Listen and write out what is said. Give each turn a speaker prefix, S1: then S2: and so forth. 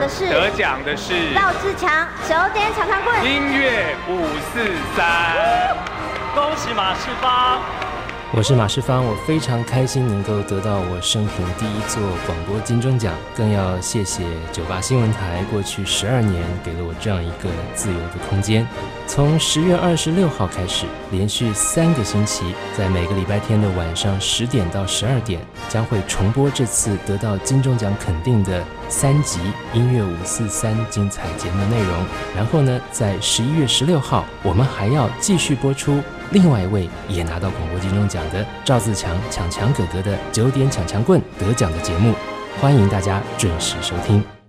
S1: 的是
S2: 赵自强9点抢枪棍
S1: 音乐543，
S3: 恭喜马世芳。
S4: 我是马世芳，我非常开心能够得到我生平第一座广播金钟奖，更要谢谢98新闻台过去12年给了我这样一个自由的空间。从10月26号开始，连续3个星期，在每个礼拜天的晚上10点到12点，将会重播这次得到金钟奖肯定的3集音乐543精彩节目内容。然后呢，在11月16号，我们还要继续播出另外一位也拿到广播金钟奖的赵自强抢强哥哥的9点抢强棍得奖的节目，欢迎大家准时收听。